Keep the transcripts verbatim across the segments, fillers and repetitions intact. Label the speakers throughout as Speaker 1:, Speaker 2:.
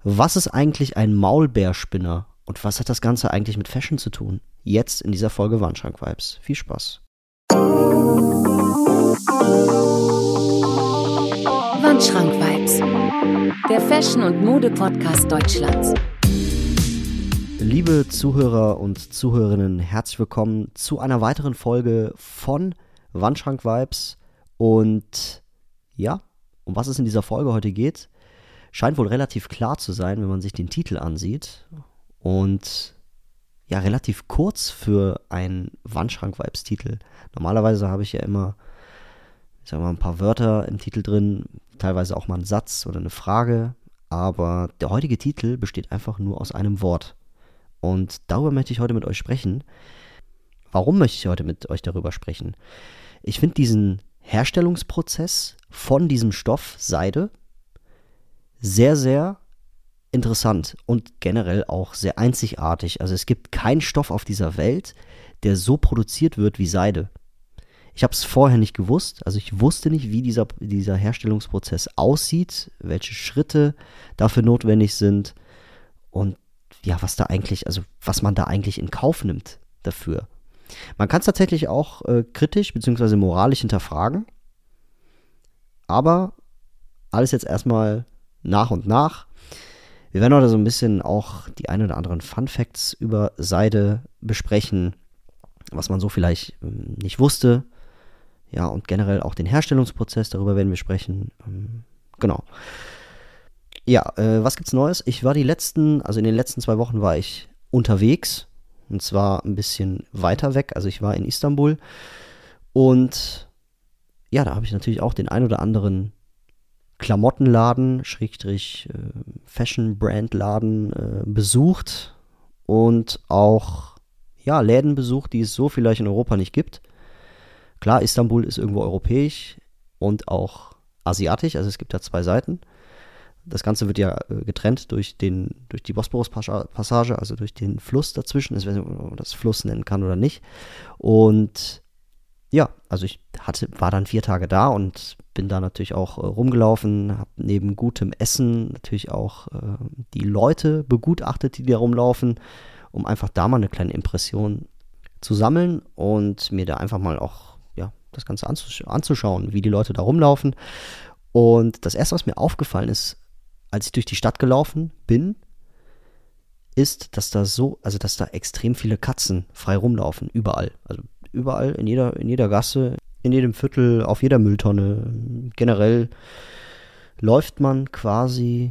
Speaker 1: Was ist eigentlich ein Maulbeerspinner und was hat das Ganze eigentlich mit Fashion zu tun? Jetzt in dieser Folge Wandschrank-Vibes. Viel Spaß.
Speaker 2: Wandschrank-Vibes, der Fashion- und Mode-Podcast Deutschlands.
Speaker 1: Liebe Zuhörer und Zuhörerinnen, herzlich willkommen zu einer weiteren Folge von Wandschrank-Vibes. Und ja, um was es in dieser Folge heute geht, scheint wohl relativ klar zu sein, wenn man sich den Titel ansieht. Und ja, relativ kurz für einen Wandschrank-Vibes-Titel. Normalerweise habe ich ja immer, ich sag mal, ein paar Wörter im Titel drin, teilweise auch mal einen Satz oder eine Frage. Aber der heutige Titel besteht einfach nur aus einem Wort. Und darüber möchte ich heute mit euch sprechen. Warum möchte ich heute mit euch darüber sprechen? Ich finde diesen Herstellungsprozess von diesem Stoff Seide sehr, sehr interessant und generell auch sehr einzigartig. Also es gibt keinen Stoff auf dieser Welt, der so produziert wird wie Seide. Ich habe es vorher nicht gewusst, also ich wusste nicht, wie dieser, dieser Herstellungsprozess aussieht, welche Schritte dafür notwendig sind und ja, was da eigentlich, also was man da eigentlich in Kauf nimmt dafür. Man kann es tatsächlich auch äh, kritisch bzw. moralisch hinterfragen, aber alles jetzt erstmal nach und nach. Wir werden heute so ein bisschen auch die ein oder anderen Fun Facts über Seide besprechen, was man so vielleicht ähm, nicht wusste. Ja, und generell auch den Herstellungsprozess, darüber werden wir sprechen. Ähm, genau. Ja, äh, was gibt's Neues? Ich war die letzten, also in den letzten zwei Wochen war ich unterwegs. Und zwar ein bisschen weiter weg. Also ich war in Istanbul. Und ja, da habe ich natürlich auch den ein oder anderen Klamottenladen, Schrägstrich äh, Fashion-Brand-Laden äh, besucht und auch ja, Läden besucht, die es so vielleicht in Europa nicht gibt. Klar, Istanbul ist irgendwo europäisch und auch asiatisch, also es gibt da zwei Seiten. Das Ganze wird ja äh, getrennt durch, den, durch die Bosporus-Passage, also durch den Fluss dazwischen. Ich weiß nicht, ob man das Fluss nennen kann oder nicht. Und ja, also ich hatte, war dann vier Tage da und bin da natürlich auch äh, rumgelaufen, habe neben gutem Essen natürlich auch äh, die Leute begutachtet, die da rumlaufen, um einfach da mal eine kleine Impression zu sammeln und mir da einfach mal auch ja, das Ganze anzusch- anzuschauen, wie die Leute da rumlaufen. Und das Erste, was mir aufgefallen ist, als ich durch die Stadt gelaufen bin, ist, dass da so, also dass da extrem viele Katzen frei rumlaufen, überall. Also überall, in jeder, in jeder Gasse, in jedem Viertel, auf jeder Mülltonne. Generell läuft man quasi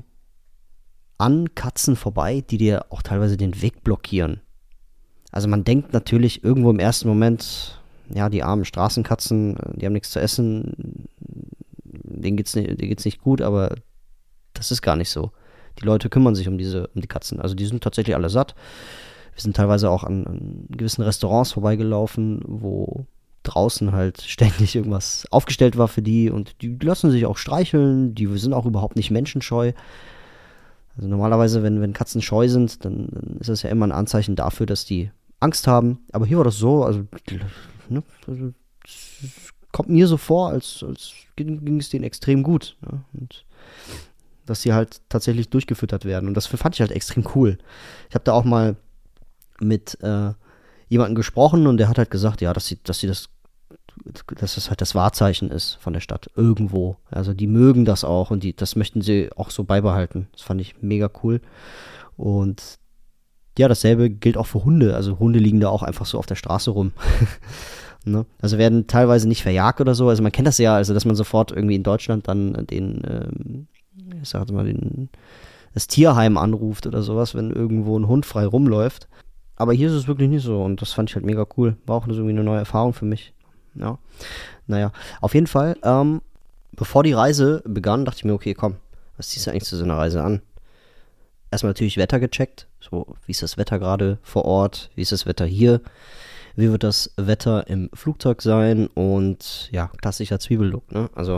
Speaker 1: an Katzen vorbei, die dir auch teilweise den Weg blockieren. Also man denkt natürlich irgendwo im ersten Moment, ja, die armen Straßenkatzen, die haben nichts zu essen, denen geht's nicht, denen geht's nicht gut, aber das ist gar nicht so. Die Leute kümmern sich um diese, um die Katzen. Also die sind tatsächlich alle satt. Wir sind teilweise auch an, an gewissen Restaurants vorbeigelaufen, wo draußen halt ständig irgendwas aufgestellt war für die und die lassen sich auch streicheln, die sind auch überhaupt nicht menschenscheu. Also normalerweise, wenn, wenn Katzen scheu sind, dann, dann ist das ja immer ein Anzeichen dafür, dass die Angst haben. Aber hier war das so, also, ne, also es kommt mir so vor, als, als ging, ging es denen extrem gut. Ne? Und dass sie halt tatsächlich durchgefüttert werden. Und das fand ich halt extrem cool. Ich habe da auch mal mit äh, jemandem gesprochen und der hat halt gesagt, ja, dass sie, dass sie das, dass das halt das Wahrzeichen ist von der Stadt irgendwo. Also die mögen das auch und die, das möchten sie auch so beibehalten. Das fand ich mega cool. Und ja, dasselbe gilt auch für Hunde. Also Hunde liegen da auch einfach so auf der Straße rum. Ne? Also werden teilweise nicht verjagt oder so. Also man kennt das ja, also dass man sofort irgendwie in Deutschland dann den, ähm, ich sag mal, den, das Tierheim anruft oder sowas, wenn irgendwo ein Hund frei rumläuft. Aber hier ist es wirklich nicht so und das fand ich halt mega cool. War auch irgendwie eine neue Erfahrung für mich. Ja, naja, auf jeden Fall, ähm, bevor die Reise begann, dachte ich mir, okay, komm, was ziehst du eigentlich zu so einer Reise an? Erstmal natürlich Wetter gecheckt, so, wie ist das Wetter gerade vor Ort, wie ist das Wetter hier, wie wird das Wetter im Flugzeug sein und ja, klassischer Zwiebellook, ne, also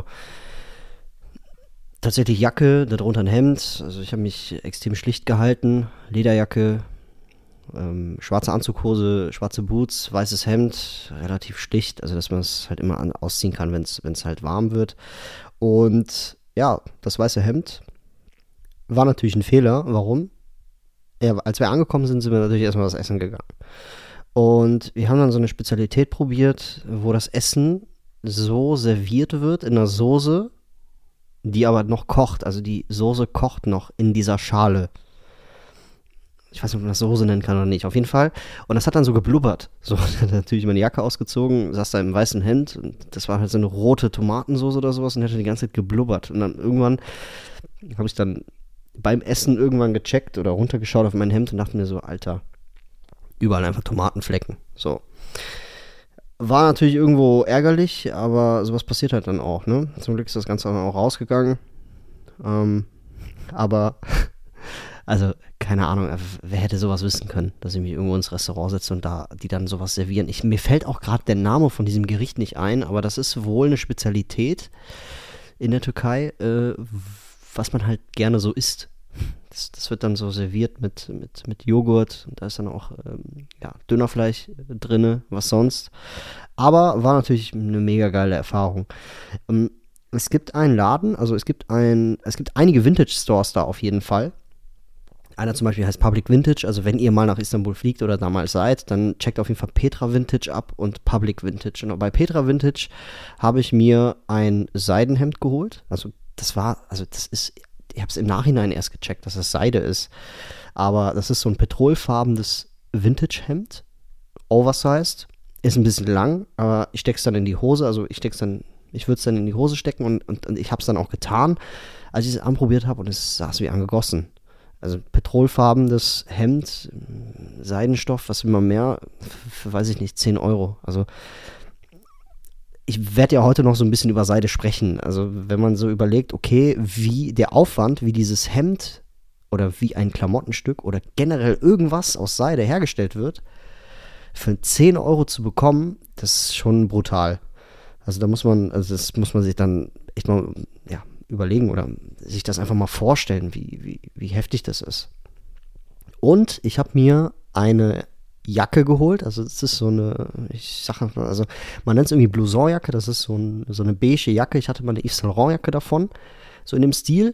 Speaker 1: tatsächlich Jacke, darunter ein Hemd, also ich habe mich extrem schlicht gehalten, Lederjacke, Ähm, schwarze Anzughose, schwarze Boots, weißes Hemd, relativ schlicht, also dass man es halt immer an, ausziehen kann, wenn es halt warm wird. Und ja, das weiße Hemd war natürlich ein Fehler. Warum? Ja, als wir angekommen sind, sind wir natürlich erstmal was essen gegangen. Und wir haben dann so eine Spezialität probiert, wo das Essen so serviert wird in einer Soße, die aber noch kocht. Also die Soße kocht noch in dieser Schale. Ich weiß nicht, ob man das Soße nennen kann oder nicht. Auf jeden Fall. Und das hat dann so geblubbert. So, ich hatte natürlich meine Jacke ausgezogen, saß da im weißen Hemd. Und das war halt so eine rote Tomatensoße oder sowas und hatte die ganze Zeit geblubbert. Und dann irgendwann habe ich dann beim Essen irgendwann gecheckt oder runtergeschaut auf mein Hemd und dachte mir so, Alter, überall einfach Tomatenflecken. So. War natürlich irgendwo ärgerlich, aber sowas passiert halt dann auch, ne? Zum Glück ist das Ganze auch rausgegangen. Ähm, aber, also, keine Ahnung, wer hätte sowas wissen können, dass ich mich irgendwo ins Restaurant setze und da die dann sowas servieren. Ich, mir fällt auch gerade der Name von diesem Gericht nicht ein, aber das ist wohl eine Spezialität in der Türkei, äh, was man halt gerne so isst. Das, das wird dann so serviert mit, mit, mit Joghurt und da ist dann auch ähm, ja, Dönerfleisch drin, was sonst. Aber war natürlich eine mega geile Erfahrung. Ähm, es gibt einen Laden, also es gibt ein, es gibt einige Vintage-Stores da auf jeden Fall. Einer zum Beispiel heißt Public Vintage, also wenn ihr mal nach Istanbul fliegt oder da mal seid, dann checkt auf jeden Fall Petra Vintage ab und Public Vintage. Und bei Petra Vintage habe ich mir ein Seidenhemd geholt, also das war, also das ist, ich habe es im Nachhinein erst gecheckt, dass das Seide ist. Aber das ist so ein petrolfarbenes Vintage-Hemd. Oversized. Ist ein bisschen lang, aber ich stecke es dann in die Hose. Also ich steck's dann, ich würde es dann in die Hose stecken und, und, und ich habe es dann auch getan, als ich es anprobiert habe und es saß wie angegossen. Also petrolfarbenes Hemd, Seidenstoff, was will man mehr, für, weiß ich nicht, zehn Euro. Also ich werde ja heute noch so ein bisschen über Seide sprechen. Also wenn man so überlegt, okay, wie der Aufwand, wie dieses Hemd oder wie ein Klamottenstück oder generell irgendwas aus Seide hergestellt wird, für zehn Euro zu bekommen, das ist schon brutal. Also da muss man, also das muss man sich dann echt mal, ja, überlegen oder sich das einfach mal vorstellen, wie, wie, wie heftig das ist. Und ich habe mir eine Jacke geholt, also es ist so eine, ich sag mal, also man nennt es irgendwie Blouson-Jacke, das ist so, ein, so eine beige Jacke, ich hatte mal eine Yves Saint Laurent-Jacke davon, so in dem Stil.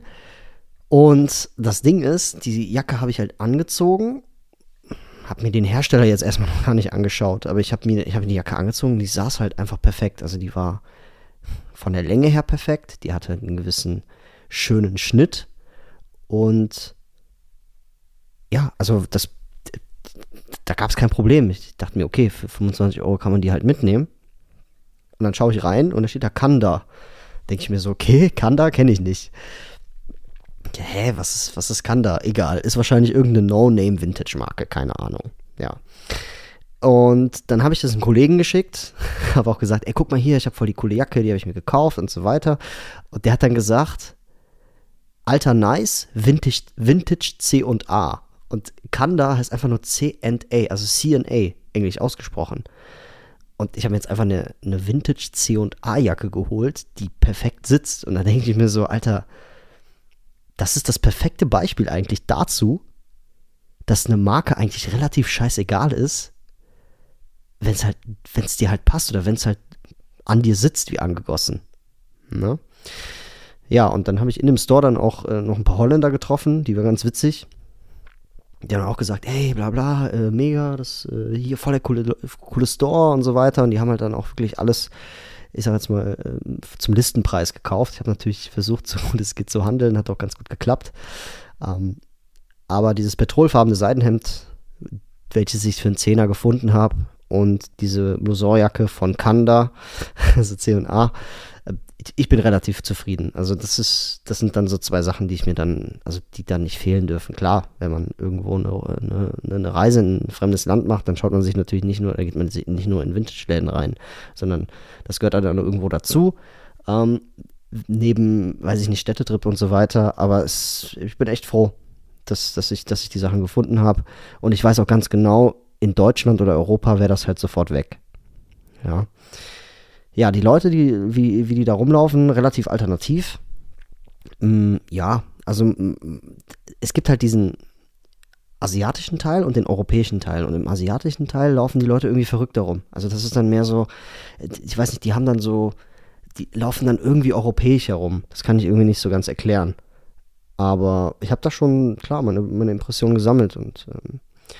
Speaker 1: Und das Ding ist, die Jacke habe ich halt angezogen, habe mir den Hersteller jetzt erstmal noch gar nicht angeschaut, aber ich habe mir, ich habe die Jacke angezogen, die saß halt einfach perfekt, also die war von der Länge her perfekt, die hatte einen gewissen schönen Schnitt und ja, also das da gab es kein Problem. Ich dachte mir, okay, für fünfundzwanzig Euro kann man die halt mitnehmen. Und dann schaue ich rein und da steht da Kanda. Denke ich mir so, okay, Kanda kenne ich nicht. Ja, hä, was ist, was ist Kanda? Egal, ist wahrscheinlich irgendeine No-Name-Vintage-Marke, keine Ahnung. Ja. Und dann habe ich das einem Kollegen geschickt, habe auch gesagt, ey, guck mal hier, ich habe voll die coole Jacke, die habe ich mir gekauft und so weiter. Und der hat dann gesagt, alter nice, Vintage, Vintage C und A. Und Kanda heißt einfach nur C and A, also C and A, englisch ausgesprochen. Und ich habe mir jetzt einfach eine, eine Vintage C und A-Jacke geholt, die perfekt sitzt. Und da denke ich mir so, Alter, das ist das perfekte Beispiel eigentlich dazu, dass eine Marke eigentlich relativ scheißegal ist, wenn es halt, wenn es dir halt passt oder wenn es halt an dir sitzt wie angegossen. Ne? Ja, und dann habe ich in dem Store dann auch äh, noch ein paar Holländer getroffen, die waren ganz witzig. Die haben auch gesagt, ey, bla bla, äh, mega, das äh, hier voll der coole, coole Store und so weiter. Und die haben halt dann auch wirklich alles, ich sag jetzt mal, äh, zum Listenpreis gekauft. Ich habe natürlich versucht, so gut es geht zu handeln, hat auch ganz gut geklappt. Ähm, aber dieses petrolfarbene Seidenhemd, welches ich für einen Zehner gefunden habe, und diese Blouson-Jacke von Kanda, also C und A, ich bin relativ zufrieden. Also das ist, das sind dann so zwei Sachen, die ich mir dann, also die dann nicht fehlen dürfen. Klar, wenn man irgendwo eine, eine, eine Reise in ein fremdes Land macht, dann schaut man sich natürlich nicht nur, da geht man nicht nur in Vintage-Läden rein, sondern das gehört dann irgendwo dazu. Ähm, neben, weiß ich nicht, Städtetrip und so weiter. Aber es, ich bin echt froh, dass, dass, ich, dass ich die Sachen gefunden habe. Und ich weiß auch ganz genau, in Deutschland oder Europa wäre das halt sofort weg. Ja. Ja, die Leute, die, wie, wie die da rumlaufen, relativ alternativ. Mm, ja, also mm, es gibt halt diesen asiatischen Teil und den europäischen Teil. Und im asiatischen Teil laufen die Leute irgendwie verrückt darum. Also das ist dann mehr so, ich weiß nicht, die haben dann so, die laufen dann irgendwie europäisch herum. Das kann ich irgendwie nicht so ganz erklären. Aber ich habe da schon, klar, meine, meine Impressionen gesammelt und ähm,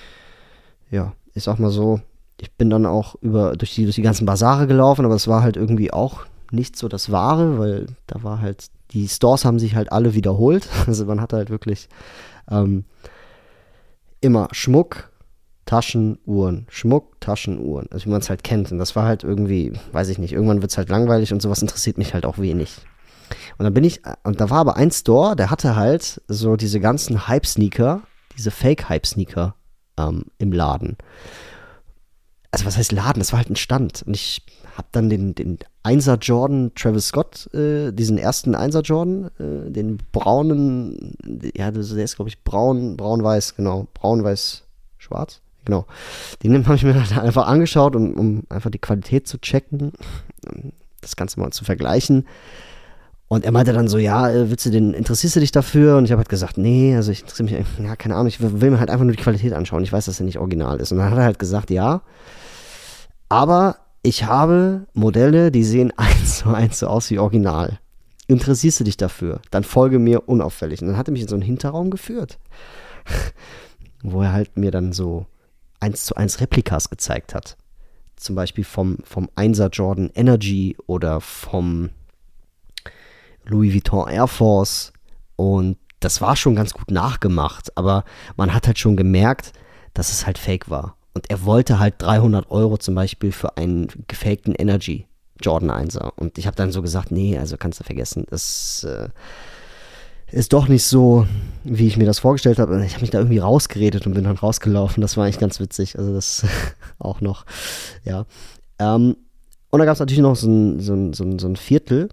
Speaker 1: ja, ich sag mal so, ich bin dann auch über durch die, durch die ganzen Basare gelaufen, aber es war halt irgendwie auch nicht so das Wahre, weil da war halt, die Stores haben sich halt alle wiederholt. Also man hatte halt wirklich ähm, immer Schmuck, Taschen, Uhren, Schmuck, Taschen, Uhren. Also wie man es halt kennt. Und das war halt irgendwie, weiß ich nicht, irgendwann wird es halt langweilig und sowas interessiert mich halt auch wenig. Und dann bin ich, und da war aber ein Store, der hatte halt so diese ganzen Hype-Sneaker, diese Fake-Hype-Sneaker ähm, im Laden. Also was heißt Laden? Das war halt ein Stand. Und ich habe dann den, den Einser Jordan Travis Scott, äh, diesen ersten Einser Jordan, äh, den braunen, ja, der ist, glaube ich, braun, braun-weiß, genau, braun-weiß-schwarz, genau. Den habe ich mir dann einfach angeschaut, um, um einfach die Qualität zu checken, das Ganze mal zu vergleichen. Und er meinte dann so, ja, willst du den, interessierst du dich dafür? Und ich habe halt gesagt, nee, also ich interessiere mich, ja, keine Ahnung, ich will mir halt einfach nur die Qualität anschauen. Ich weiß, dass er nicht original ist. Und dann hat er halt gesagt, ja, aber ich habe Modelle, die sehen eins zu eins so aus wie original. Interessierst du dich dafür? Dann folge mir unauffällig. Und dann hat er mich in so einen Hinterraum geführt, wo er halt mir dann so eins zu eins Replikas gezeigt hat. Zum Beispiel vom, vom Einser Jordan Energy oder vom Louis Vuitton Air Force, und das war schon ganz gut nachgemacht, aber man hat halt schon gemerkt, dass es halt fake war. Und er wollte halt dreihundert Euro zum Beispiel für einen gefakten Energy Jordan Einser. Und ich habe dann so gesagt, nee, also kannst du vergessen, das äh, ist doch nicht so, wie ich mir das vorgestellt habe. Ich habe mich da irgendwie rausgeredet und bin dann rausgelaufen. Das war eigentlich ganz witzig, also das auch noch, ja. Ähm, und da gab es natürlich noch so ein, so ein, so ein, so ein Viertel,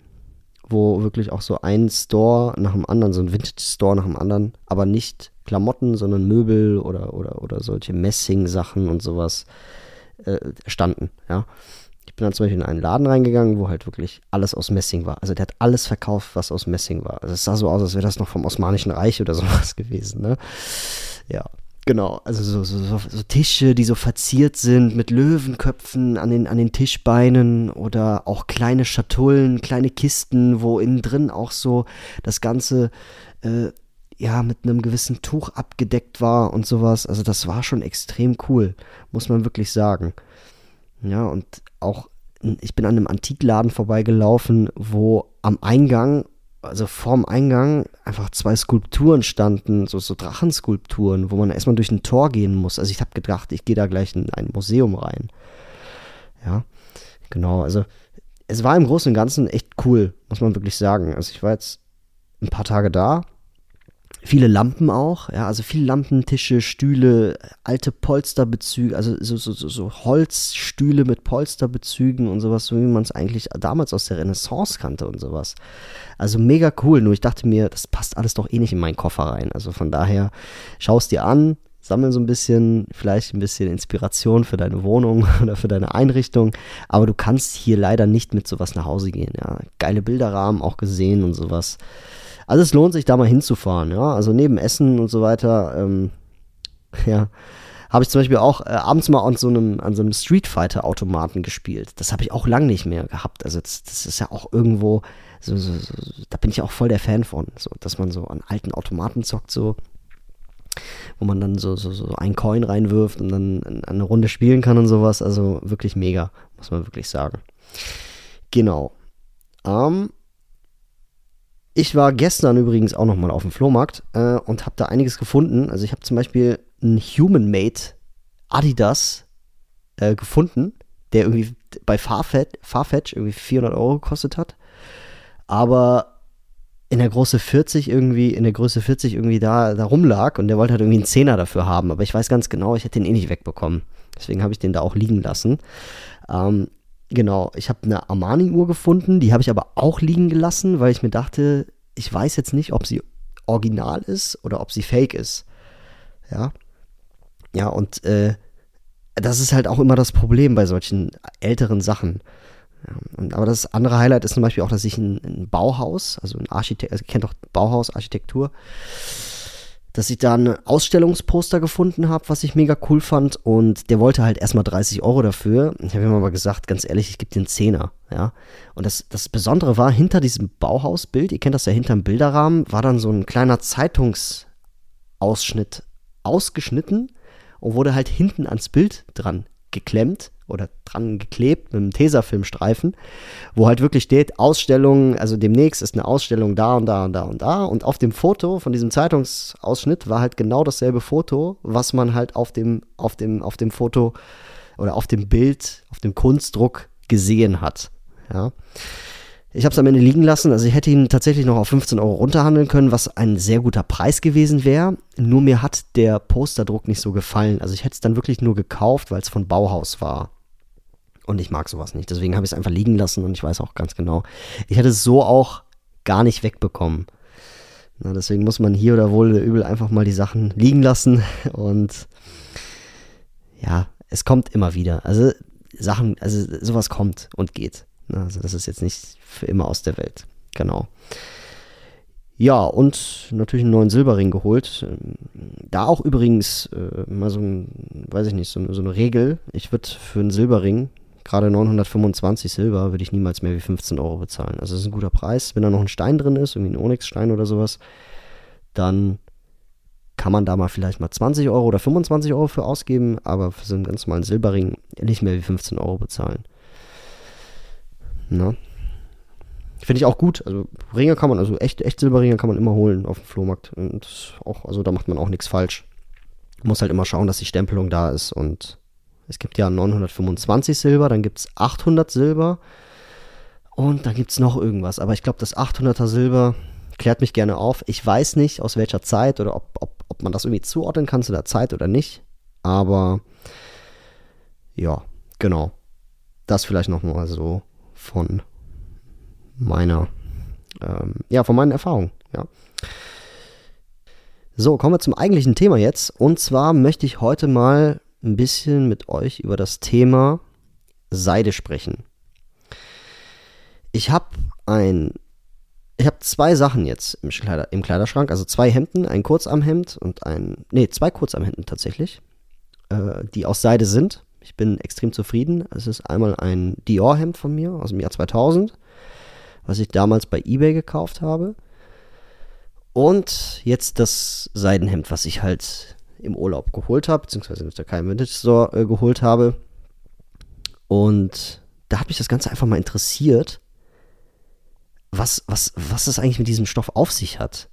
Speaker 1: wo wirklich auch so ein Store nach dem anderen, so ein Vintage-Store nach dem anderen, aber nicht Klamotten, sondern Möbel oder, oder, oder solche Messing-Sachen und sowas äh, standen, ja. Ich bin dann zum Beispiel in einen Laden reingegangen, wo halt wirklich alles aus Messing war. Also der hat alles verkauft, was aus Messing war. Also es sah so aus, als wäre das noch vom Osmanischen Reich oder sowas gewesen, ne. Ja. Genau, also so, so, so, so Tische, die so verziert sind mit Löwenköpfen an den, an den Tischbeinen oder auch kleine Schatullen, kleine Kisten, wo innen drin auch so das Ganze äh, ja mit einem gewissen Tuch abgedeckt war und sowas. Also das war schon extrem cool, muss man wirklich sagen. Ja, und auch, ich bin an einem Antikladen vorbeigelaufen, wo am Eingang, also vorm Eingang, einfach zwei Skulpturen standen, so, so Drachenskulpturen, wo man erstmal durch ein Tor gehen muss. Also ich habe gedacht, ich gehe da gleich in ein Museum rein. Ja, genau, also es war im Großen und Ganzen echt cool, muss man wirklich sagen. Also ich war jetzt ein paar Tage da, viele Lampen auch, ja, also viele Lampen, Tische, Stühle, alte Polsterbezüge, also so, so, so, so Holzstühle mit Polsterbezügen und sowas, so wie man es eigentlich damals aus der Renaissance kannte und sowas. Also mega cool, nur ich dachte mir, das passt alles doch eh nicht in meinen Koffer rein. Also von daher, schau es dir an, sammel so ein bisschen, vielleicht ein bisschen Inspiration für deine Wohnung oder für deine Einrichtung, aber du kannst hier leider nicht mit sowas nach Hause gehen, ja. Geile Bilderrahmen auch gesehen und sowas. Also es lohnt sich, da mal hinzufahren, ja, also neben Essen und so weiter, ähm, ja, habe ich zum Beispiel auch äh, abends mal an so einem, an so einem Street Fighter Automaten gespielt. Das habe ich auch lang nicht mehr gehabt, also das, das ist ja auch irgendwo, so, so, so, da bin ich auch voll der Fan von, so, dass man so an alten Automaten zockt, so, wo man dann so, so, so einen Coin reinwirft und dann eine Runde spielen kann und sowas, also wirklich mega, muss man wirklich sagen. Genau. Ähm, Ich war gestern übrigens auch nochmal auf dem Flohmarkt äh, und habe da einiges gefunden. Also ich habe zum Beispiel einen Human-Made Adidas äh, gefunden, der irgendwie bei Farfetch, Farfetch irgendwie vierhundert Euro gekostet hat. Aber in der Größe vierzig irgendwie, in der Größe vierzig irgendwie da, da rumlag und der wollte halt irgendwie einen Zehner dafür haben. Aber ich weiß ganz genau, ich hätte den eh nicht wegbekommen. Deswegen habe ich den da auch liegen lassen. Ähm, Genau, ich habe eine Armani-Uhr gefunden, die habe ich aber auch liegen gelassen, weil ich mir dachte, ich weiß jetzt nicht, ob sie original ist oder ob sie fake ist. Ja, ja, und äh, das ist halt auch immer das Problem bei solchen älteren Sachen. Ja, und, aber das andere Highlight ist zum Beispiel auch, dass ich ein, ein Bauhaus, also ein Architekt, also ihr kennt doch Bauhaus, Architektur, dass ich da ein Ausstellungsposter gefunden habe, was ich mega cool fand. Und der wollte halt erstmal dreißig Euro dafür. Ich habe ihm aber gesagt, ganz ehrlich, ich gebe dir einen Zehner. Ja? Und das, das Besondere war, hinter diesem Bauhausbild, ihr kennt das ja, hinterm Bilderrahmen, war dann so ein kleiner Zeitungsausschnitt ausgeschnitten und wurde halt hinten ans Bild dran geklemmt oder dran geklebt mit einem Tesafilmstreifen, wo halt wirklich steht, Ausstellung, also demnächst ist eine Ausstellung da und da und da und da, und auf dem Foto von diesem Zeitungsausschnitt war halt genau dasselbe Foto, was man halt auf dem, auf dem, auf dem Foto oder auf dem Bild, auf dem Kunstdruck gesehen hat. Ja. Ich habe es am Ende liegen lassen, also ich hätte ihn tatsächlich noch auf fünfzehn Euro runterhandeln können, was ein sehr guter Preis gewesen wäre. Nur mir hat der Posterdruck nicht so gefallen. Also ich hätte es dann wirklich nur gekauft, weil es von Bauhaus war. Und ich mag sowas nicht. Deswegen habe ich es einfach liegen lassen und ich weiß auch ganz genau, ich hätte es so auch gar nicht wegbekommen. Na, deswegen muss man hier oder wohl oder übel einfach mal die Sachen liegen lassen. Und ja, es kommt immer wieder. Also Sachen, also sowas kommt und geht. Also das ist jetzt nicht für immer aus der Welt. Genau. Ja, und natürlich einen neuen Silberring geholt. Da auch übrigens äh, mal so ein, weiß ich nicht, so, so eine Regel. Ich würde für einen Silberring, gerade neunhundertfünfundzwanzig Silber, würde ich niemals mehr wie fünfzehn Euro bezahlen. Also das ist ein guter Preis. Wenn da noch ein Stein drin ist, irgendwie ein Onyxstein oder sowas, dann kann man da mal vielleicht mal zwanzig Euro oder fünfundzwanzig Euro für ausgeben, aber für so einen ganz normalen Silberring nicht mehr wie fünfzehn Euro bezahlen. Na? Finde ich auch gut. Also Ringe kann man, also echt, echt Silberringe kann man immer holen auf dem Flohmarkt. Und auch, also da macht man auch nichts falsch. Man muss halt immer schauen, dass die Stempelung da ist. Und es gibt ja neunhundertfünfundzwanzig Silber, dann gibt es achthundert Silber und dann gibt es noch irgendwas. Aber ich glaube, das achthunderter Silber, klärt mich gerne auf. Ich weiß nicht, aus welcher Zeit oder ob, ob, ob man das irgendwie zuordnen kann zu der Zeit oder nicht. Aber ja, genau. Das vielleicht nochmal so von meiner, ähm, ja, von meinen Erfahrungen, ja. So, kommen wir zum eigentlichen Thema jetzt. Und zwar möchte ich heute mal ein bisschen mit euch über das Thema Seide sprechen. Ich habe ein, ich habe zwei Sachen jetzt im, Kleider, im Kleiderschrank, also zwei Hemden, ein Kurzarmhemd und ein, nee, zwei Kurzarmhemden tatsächlich, äh, die aus Seide sind. Ich bin extrem zufrieden. Es ist einmal ein Dior-Hemd von mir aus dem Jahr zweitausend, was ich damals bei eBay gekauft habe. Und jetzt das Seidenhemd, was ich halt im Urlaub geholt habe, beziehungsweise in der Kein Vintage Store äh, geholt habe. Und da hat mich das Ganze einfach mal interessiert, was, was, was es eigentlich mit diesem Stoff auf sich hat.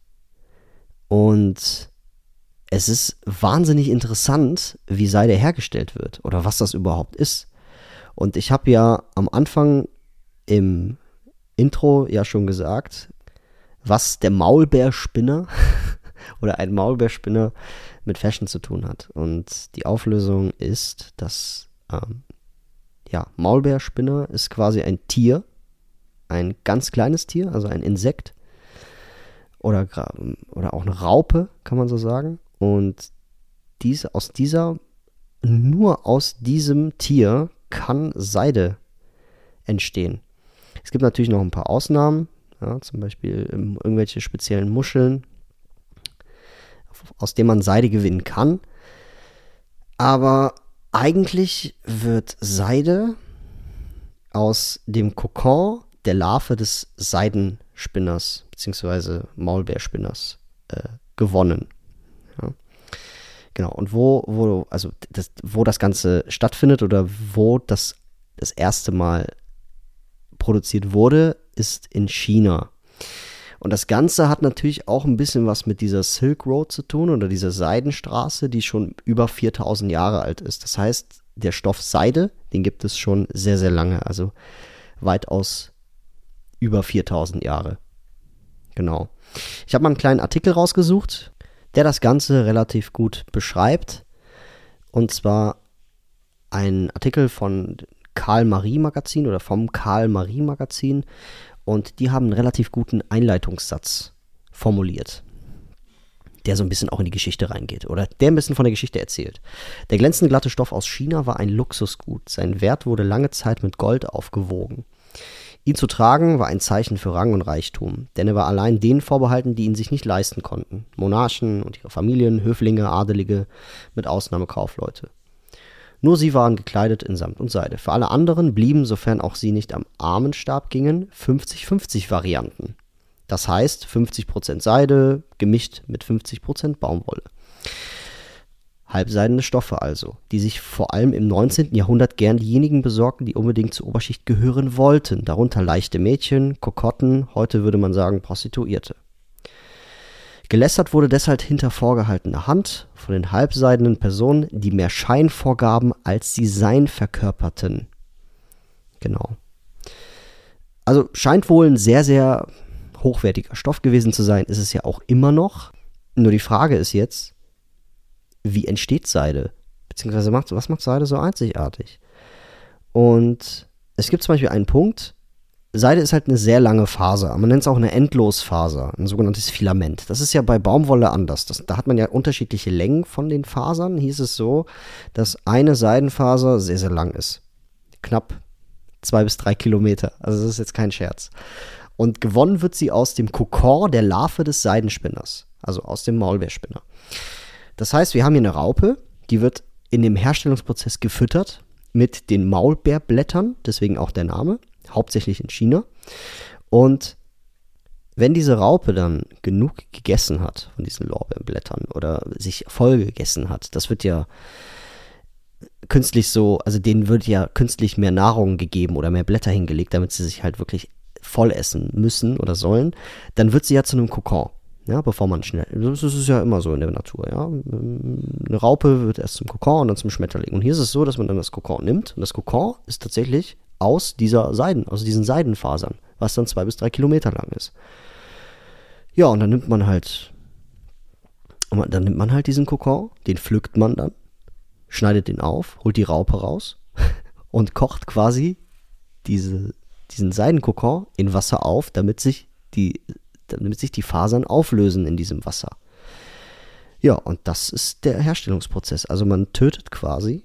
Speaker 1: Und es ist wahnsinnig interessant, wie Seide hergestellt wird oder was das überhaupt ist. Und ich habe ja am Anfang im Intro ja schon gesagt, was der Maulbeerspinner oder ein Maulbeerspinner mit Fashion zu tun hat. Und die Auflösung ist, dass ähm, ja, Maulbeerspinner ist quasi ein Tier, ein ganz kleines Tier, also ein Insekt oder, oder auch eine Raupe, kann man so sagen. Und diese, aus dieser, nur aus diesem Tier kann Seide entstehen. Es gibt natürlich noch ein paar Ausnahmen, ja, zum Beispiel ähm, irgendwelche speziellen Muscheln, aus denen man Seide gewinnen kann. Aber eigentlich wird Seide aus dem Kokon der Larve des Seidenspinners bzw. Maulbeerspinners äh, gewonnen. Ja. Genau, und wo, wo, also das, wo das Ganze stattfindet oder wo das das erste Mal produziert wurde, ist in China. Und das Ganze hat natürlich auch ein bisschen was mit dieser Silk Road zu tun oder dieser Seidenstraße, die schon über viertausend Jahre alt ist. Das heißt, der Stoff Seide, den gibt es schon sehr, sehr lange, also weitaus über viertausend Jahre. Genau. Ich habe mal einen kleinen Artikel rausgesucht, der das Ganze relativ gut beschreibt. Und zwar ein Artikel von Karl-Marie-Magazin oder vom Karl-Marie-Magazin. Und die haben einen relativ guten Einleitungssatz formuliert, der so ein bisschen auch in die Geschichte reingeht oder der ein bisschen von der Geschichte erzählt. Der glänzende glatte Stoff aus China war ein Luxusgut. Sein Wert wurde lange Zeit mit Gold aufgewogen. Ihn zu tragen war ein Zeichen für Rang und Reichtum, denn er war allein denen vorbehalten, die ihn sich nicht leisten konnten. Monarchen und ihre Familien, Höflinge, Adelige, mit Ausnahme Kaufleute. Nur sie waren gekleidet in Samt und Seide. Für alle anderen blieben, sofern auch sie nicht am Armenstab gingen, fünfzig fünfzig Varianten. Das heißt fünfzig Prozent Seide, gemischt mit fünfzig Prozent Baumwolle. Halbseidene Stoffe also, die sich vor allem im neunzehnten Jahrhundert gern diejenigen besorgten, die unbedingt zur Oberschicht gehören wollten, darunter leichte Mädchen, Kokotten, heute würde man sagen Prostituierte. Gelästert wurde deshalb hinter vorgehaltener Hand von den halbseidenen Personen, die mehr Schein vorgaben, als sie Sein verkörperten. Genau. Also scheint wohl ein sehr, sehr hochwertiger Stoff gewesen zu sein, ist es ja auch immer noch. Nur die Frage ist jetzt, wie entsteht Seide? Beziehungsweise macht, was macht Seide so einzigartig? Und es gibt zum Beispiel einen Punkt, Seide ist halt eine sehr lange Faser. Man nennt es auch eine Endlosfaser, ein sogenanntes Filament. Das ist ja bei Baumwolle anders. Das, da hat man ja unterschiedliche Längen von den Fasern. Hier ist es so, dass eine Seidenfaser sehr, sehr lang ist. Knapp zwei bis drei Kilometer. Also das ist jetzt kein Scherz. Und gewonnen wird sie aus dem Kokon der Larve des Seidenspinners. Also aus dem Maulbeerspinner. Das heißt, wir haben hier eine Raupe, die wird in dem Herstellungsprozess gefüttert mit den Maulbeerblättern, deswegen auch der Name, hauptsächlich in China. Und wenn diese Raupe dann genug gegessen hat von diesen Lorbeerblättern oder sich voll gegessen hat, das wird ja künstlich so, also denen wird ja künstlich mehr Nahrung gegeben oder mehr Blätter hingelegt, damit sie sich halt wirklich voll essen müssen oder sollen, dann wird sie ja zu einem Kokon. Ja, bevor man schnell, das ist ja immer so in der Natur, ja. Eine Raupe wird erst zum Kokon und dann zum Schmetterling. Und hier ist es so, dass man dann das Kokon nimmt und das Kokon ist tatsächlich aus dieser Seiden, aus diesen Seidenfasern, was dann zwei bis drei Kilometer lang ist. Ja, und dann nimmt man halt, dann nimmt man halt diesen Kokon, den pflückt man dann, schneidet den auf, holt die Raupe raus und kocht quasi diese, diesen Seidenkokon in Wasser auf, damit sich die damit sich die Fasern auflösen in diesem Wasser. Ja, und das ist der Herstellungsprozess. Also man tötet quasi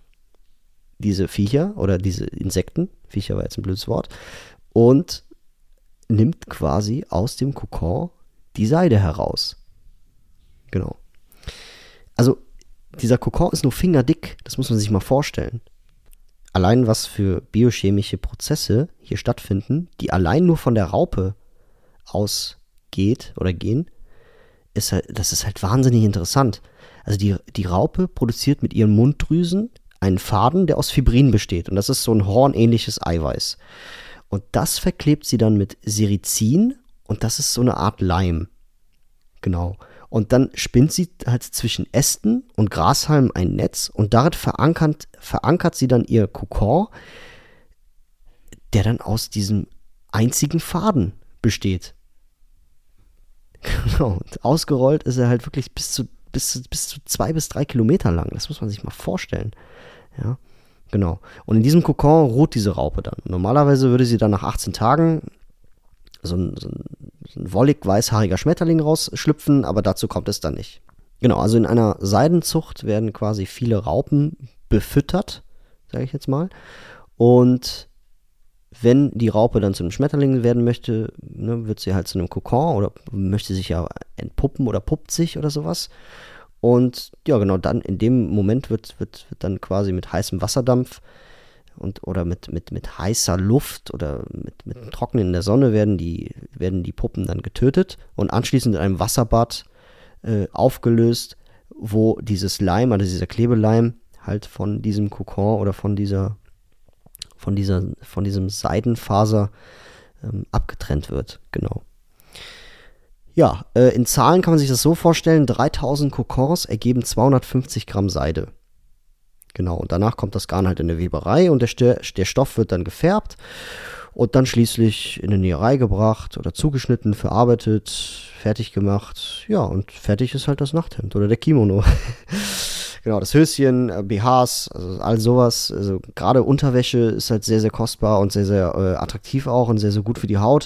Speaker 1: diese Viecher oder diese Insekten, Viecher war jetzt ein blödes Wort, und nimmt quasi aus dem Kokon die Seide heraus. Genau. Also dieser Kokon ist nur fingerdick, das muss man sich mal vorstellen. Allein was für biochemische Prozesse hier stattfinden, die allein nur von der Raupe ausgeht oder gehen, ist halt, das ist halt wahnsinnig interessant. Also die, die Raupe produziert mit ihren Munddrüsen einen Faden, der aus Fibrin besteht. Und das ist so ein hornähnliches Eiweiß. Und das verklebt sie dann mit Sericin und das ist so eine Art Leim. Genau. Und dann spinnt sie halt zwischen Ästen und Grashalmen ein Netz und darin verankert, verankert sie dann ihr Kokon, der dann aus diesem einzigen Faden besteht. Genau. Und ausgerollt ist er halt wirklich bis zu, bis zu, bis zu zwei bis drei Kilometer lang. Das muss man sich mal vorstellen. Ja, genau. Und in diesem Kokon ruht diese Raupe dann. Normalerweise würde sie dann nach achtzehn Tagen so ein, so ein, so ein wollig weißhaariger Schmetterling rausschlüpfen, aber dazu kommt es dann nicht. Genau, also in einer Seidenzucht werden quasi viele Raupen befüttert, sage ich jetzt mal. Und wenn die Raupe dann zu einem Schmetterling werden möchte, ne, wird sie halt zu einem Kokon oder möchte sich ja entpuppen oder puppt sich oder sowas. Und ja, genau, dann in dem Moment wird, wird, wird dann quasi mit heißem Wasserdampf und oder mit, mit, mit heißer Luft oder mit, mit Trocknen in der Sonne werden die, werden die Puppen dann getötet und anschließend in einem Wasserbad äh, aufgelöst, wo dieses Leim, also dieser Klebeleim halt von diesem Kokon oder von dieser von dieser, von diesem Seidenfaser ähm, abgetrennt wird, genau. Ja, äh, in Zahlen kann man sich das so vorstellen, dreitausend Kokons ergeben zweihundertfünfzig Gramm Seide. Genau, und danach kommt das Garn halt in der Weberei und der, St- der Stoff wird dann gefärbt und dann schließlich in eine Näherei gebracht oder zugeschnitten, verarbeitet, fertig gemacht. Ja, und fertig ist halt das Nachthemd oder der Kimono. Genau, das Höschen, B Hs, also all sowas. Also gerade Unterwäsche ist halt sehr, sehr kostbar und sehr, sehr äh, attraktiv auch und sehr, sehr gut für die Haut.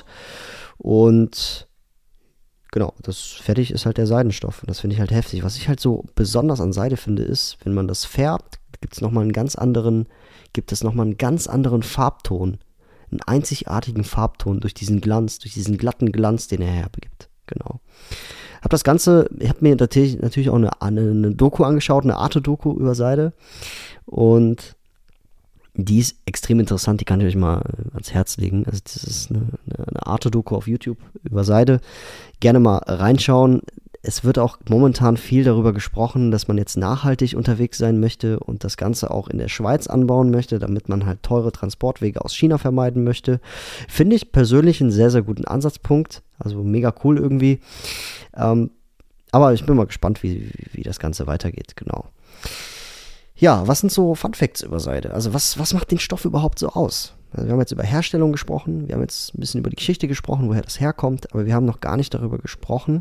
Speaker 1: Und genau, das fertig ist halt der Seidenstoff. Und das finde ich halt heftig. Was ich halt so besonders an Seide finde, ist, wenn man das färbt, gibt es nochmal einen ganz anderen, gibt es nochmal einen ganz anderen Farbton. einen einzigartigen Farbton durch diesen Glanz, durch diesen glatten Glanz, den er herbegibt. Genau. Hab das Ganze, ich habe mir natürlich, natürlich auch eine, eine, eine Doku angeschaut, eine Arte-Doku über Seide. Und die ist extrem interessant, die kann ich euch mal ans Herz legen. Also das ist eine, eine Arte-Doku auf YouTube über Seide. Gerne mal reinschauen. Es wird auch momentan viel darüber gesprochen, dass man jetzt nachhaltig unterwegs sein möchte und das Ganze auch in der Schweiz anbauen möchte, damit man halt teure Transportwege aus China vermeiden möchte. Finde ich persönlich einen sehr, sehr guten Ansatzpunkt. Also mega cool irgendwie. Ähm, aber ich bin mal gespannt, wie, wie, wie das Ganze weitergeht. Genau. Ja, was sind so Fun Facts über Seide? Also was, was macht den Stoff überhaupt so aus? Also wir haben jetzt über Herstellung gesprochen, wir haben jetzt ein bisschen über die Geschichte gesprochen, woher das herkommt, aber wir haben noch gar nicht darüber gesprochen,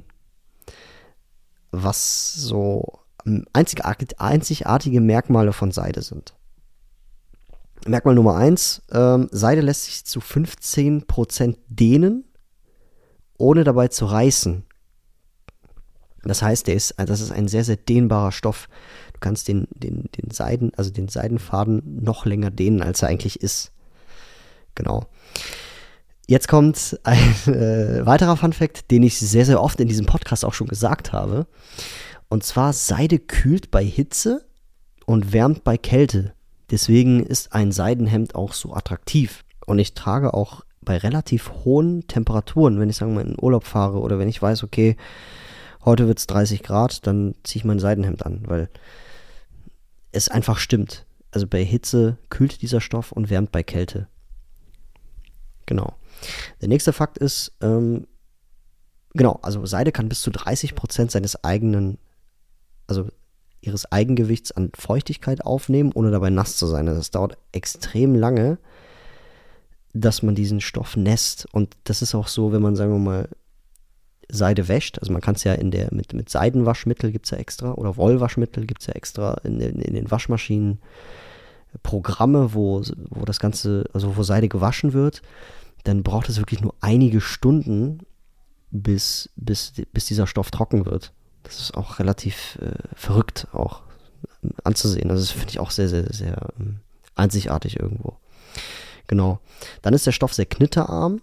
Speaker 1: was so einzigartige, einzigartige Merkmale von Seide sind. Merkmal Nummer eins, ähm, Seide lässt sich zu fünfzehn Prozent dehnen, ohne dabei zu reißen. Das heißt, der ist, das ist ein sehr, sehr dehnbarer Stoff. Du kannst den, den, den Seiden, also den Seidenfaden noch länger dehnen, als er eigentlich ist. Genau. Jetzt kommt ein äh, weiterer Funfact, den ich sehr, sehr oft in diesem Podcast auch schon gesagt habe. Und zwar, Seide kühlt bei Hitze und wärmt bei Kälte. Deswegen ist ein Seidenhemd auch so attraktiv. Und ich trage auch bei relativ hohen Temperaturen, wenn ich sagen wir mal in den Urlaub fahre oder wenn ich weiß, okay, heute wird es dreißig Grad, dann ziehe ich mein Seidenhemd an, weil es einfach stimmt. Also bei Hitze kühlt dieser Stoff und wärmt bei Kälte. Genau. Der nächste Fakt ist, ähm, genau, also Seide kann bis zu dreißig Prozent seines eigenen, also ihres Eigengewichts an Feuchtigkeit aufnehmen, ohne dabei nass zu sein. Also das dauert extrem lange, dass man diesen Stoff nässt. Und das ist auch so, wenn man, sagen wir mal, Seide wäscht. Also man kann es ja in der, mit, mit Seidenwaschmittel gibt es ja extra, oder Wollwaschmittel gibt es ja extra in, in, in den Waschmaschinen Programme, wo, wo das Ganze, also wo Seide gewaschen wird. Dann braucht es wirklich nur einige Stunden, bis, bis, bis dieser Stoff trocken wird. Das ist auch relativ äh, verrückt auch äh, anzusehen. Also das finde ich auch sehr, sehr, sehr äh, einzigartig irgendwo. Genau. Dann ist der Stoff sehr knitterarm.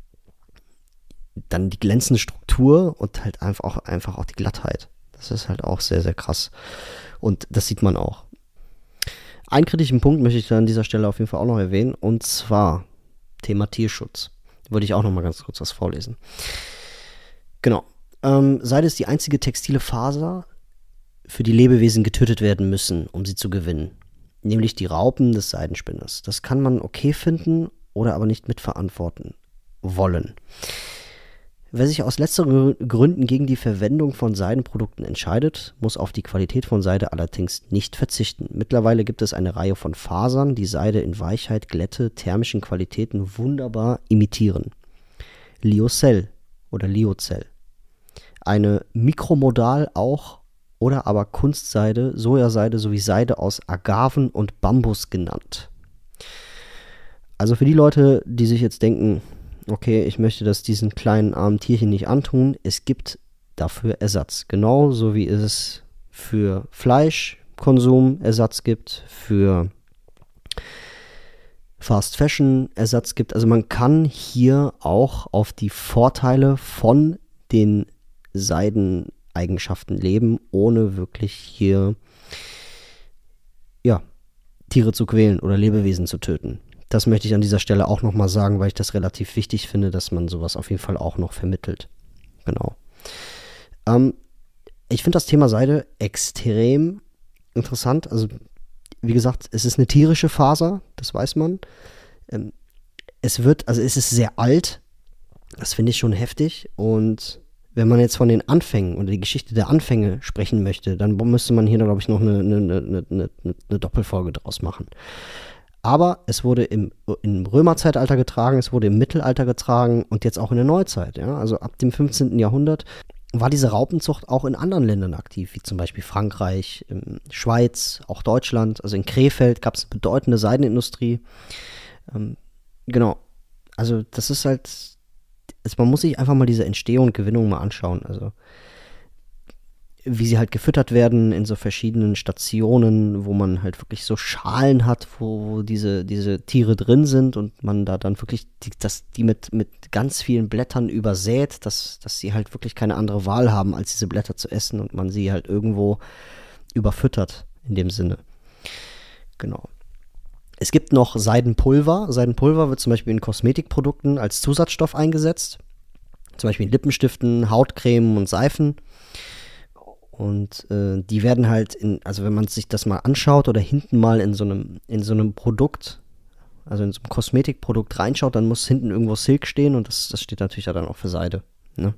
Speaker 1: Dann die glänzende Struktur und halt einfach auch, einfach auch die Glattheit. Das ist halt auch sehr, sehr krass. Und das sieht man auch. Einen kritischen Punkt möchte ich da an dieser Stelle auf jeden Fall auch noch erwähnen. Und zwar Thema Tierschutz. Da würde ich auch noch mal ganz kurz was vorlesen. Genau. Ähm, Seide ist die einzige textile Faser, für die Lebewesen getötet werden müssen, um sie zu gewinnen. Nämlich die Raupen des Seidenspinners. Das kann man okay finden oder aber nicht mitverantworten wollen. Wer sich aus letzteren Gründen gegen die Verwendung von Seidenprodukten entscheidet, muss auf die Qualität von Seide allerdings nicht verzichten. Mittlerweile gibt es eine Reihe von Fasern, die Seide in Weichheit, Glätte, thermischen Qualitäten wunderbar imitieren. Lyocell oder Lyocell. Eine Mikromodal auch oder aber Kunstseide, Sojaseide sowie Seide aus Agaven und Bambus genannt. Also für die Leute, die sich jetzt denken, okay, ich möchte das diesen kleinen armen Tierchen nicht antun, es gibt dafür Ersatz. Genauso wie es für Fleischkonsum Ersatz gibt, für Fast Fashion Ersatz gibt. Also man kann hier auch auf die Vorteile von den Seideneigenschaften leben, ohne wirklich hier ja, Tiere zu quälen oder Lebewesen zu töten. Das möchte ich an dieser Stelle auch nochmal sagen, weil ich das relativ wichtig finde, dass man sowas auf jeden Fall auch noch vermittelt. Genau. Ähm, ich finde das Thema Seide extrem interessant. Also, wie gesagt, es ist eine tierische Faser, das weiß man. Ähm, es wird, also es ist sehr alt. Das finde ich schon heftig. Und wenn man jetzt von den Anfängen oder die Geschichte der Anfänge sprechen möchte, dann müsste man hier, glaube ich, noch eine, eine, eine, eine, eine Doppelfolge draus machen. Aber es wurde im, im Römerzeitalter getragen, es wurde im Mittelalter getragen und jetzt auch in der Neuzeit. Ja? Also ab dem fünfzehnten Jahrhundert war diese Raupenzucht auch in anderen Ländern aktiv, wie zum Beispiel Frankreich, Schweiz, auch Deutschland. Also in Krefeld gab es eine bedeutende Seidenindustrie. Ähm, genau, also das ist halt, also man muss sich einfach mal diese Entstehung und Gewinnung mal anschauen. Also wie sie halt gefüttert werden in so verschiedenen Stationen, wo man halt wirklich so Schalen hat, wo diese, diese Tiere drin sind und man da dann wirklich die, das, die mit, mit ganz vielen Blättern übersät, dass, dass sie halt wirklich keine andere Wahl haben, als diese Blätter zu essen und man sie halt irgendwo überfüttert in dem Sinne. Genau. Es gibt noch Seidenpulver. Seidenpulver wird zum Beispiel in Kosmetikprodukten als Zusatzstoff eingesetzt. Zum Beispiel in Lippenstiften, Hautcremen und Seifen. Und äh, die werden halt, in, also wenn man sich das mal anschaut oder hinten mal in so einem, in so einem Produkt, also in so einem Kosmetikprodukt reinschaut, dann muss hinten irgendwo Silk stehen und das, das steht natürlich ja dann auch für Seide. Ne?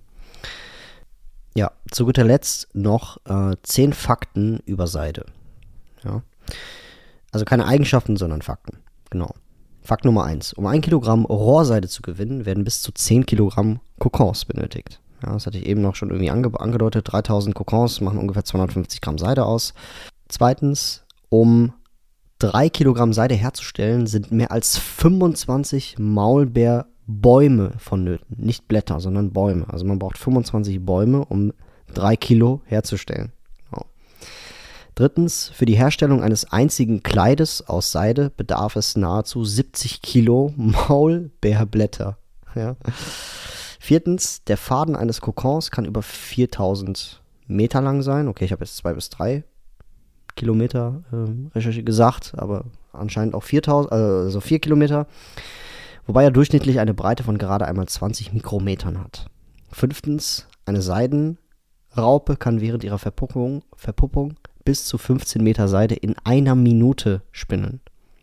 Speaker 1: Ja, zu guter Letzt noch äh, zehn Fakten über Seide. Ja. Also keine Eigenschaften, sondern Fakten. Genau. Fakt Nummer eins. Um ein Kilogramm Rohrseide zu gewinnen, werden bis zu zehn Kilogramm Kokons benötigt. Ja, das hatte ich eben noch schon irgendwie ange- angedeutet. dreitausend Kokons machen ungefähr zweihundertfünfzig Gramm Seide aus. Zweitens, um drei Kilogramm Seide herzustellen, sind mehr als fünfundzwanzig Maulbeerbäume vonnöten. Nicht Blätter, sondern Bäume. Also man braucht fünfundzwanzig Bäume, um drei Kilo herzustellen. Genau. Drittens, für die Herstellung eines einzigen Kleides aus Seide bedarf es nahezu siebzig Kilo Maulbeerblätter. Ja. Viertens, der Faden eines Kokons kann über viertausend Meter lang sein. Okay, ich habe jetzt zwei bis drei Kilometer äh, recherchiert gesagt, aber anscheinend auch viertausend, also vier Kilometer. Wobei er durchschnittlich eine Breite von gerade einmal zwanzig Mikrometern hat. Fünftens, eine Seidenraupe kann während ihrer Verpuppung, Verpuppung bis zu fünfzehn Meter Seide in einer Minute spinnen.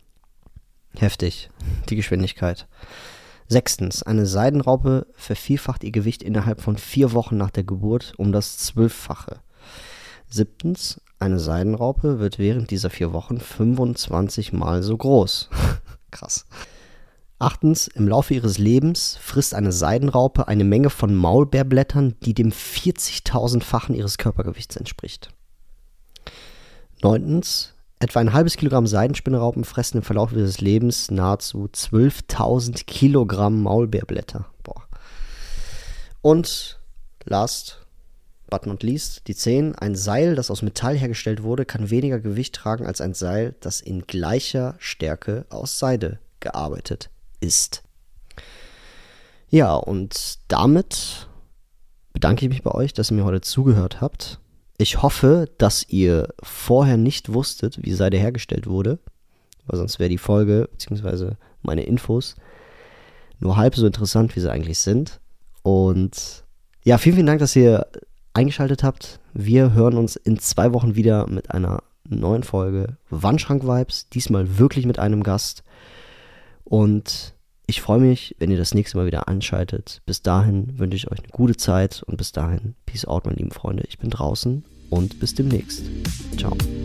Speaker 1: Heftig, die Geschwindigkeit. Sechstens, eine Seidenraupe vervierfacht ihr Gewicht innerhalb von vier Wochen nach der Geburt um das Zwölffache. Siebtens, eine Seidenraupe wird während dieser vier Wochen fünfundzwanzig Mal so groß. Krass. Achtens, im Laufe ihres Lebens frisst eine Seidenraupe eine Menge von Maulbeerblättern, die dem vierzigtausendfachen ihres Körpergewichts entspricht. Neuntens, etwa ein halbes Kilogramm Seidenspinnraupen fressen im Verlauf ihres Lebens nahezu zwölftausend Kilogramm Maulbeerblätter. Boah. Und last but not least, die zehn. Ein Seil, das aus Metall hergestellt wurde, kann weniger Gewicht tragen als ein Seil, das in gleicher Stärke aus Seide gearbeitet ist. Ja, und damit bedanke ich mich bei euch, dass ihr mir heute zugehört habt. Ich hoffe, dass ihr vorher nicht wusstet, wie Seide hergestellt wurde, weil sonst wäre die Folge bzw. meine Infos nur halb so interessant, wie sie eigentlich sind. Und ja, vielen, vielen Dank, dass ihr eingeschaltet habt. Wir hören uns in zwei Wochen wieder mit einer neuen Folge Wandschrank-Vibes, diesmal wirklich mit einem Gast. Und ich freue mich, wenn ihr das nächste Mal wieder einschaltet. Bis dahin wünsche ich euch eine gute Zeit und bis dahin, peace out, meine lieben Freunde. Ich bin draußen und bis demnächst. Ciao.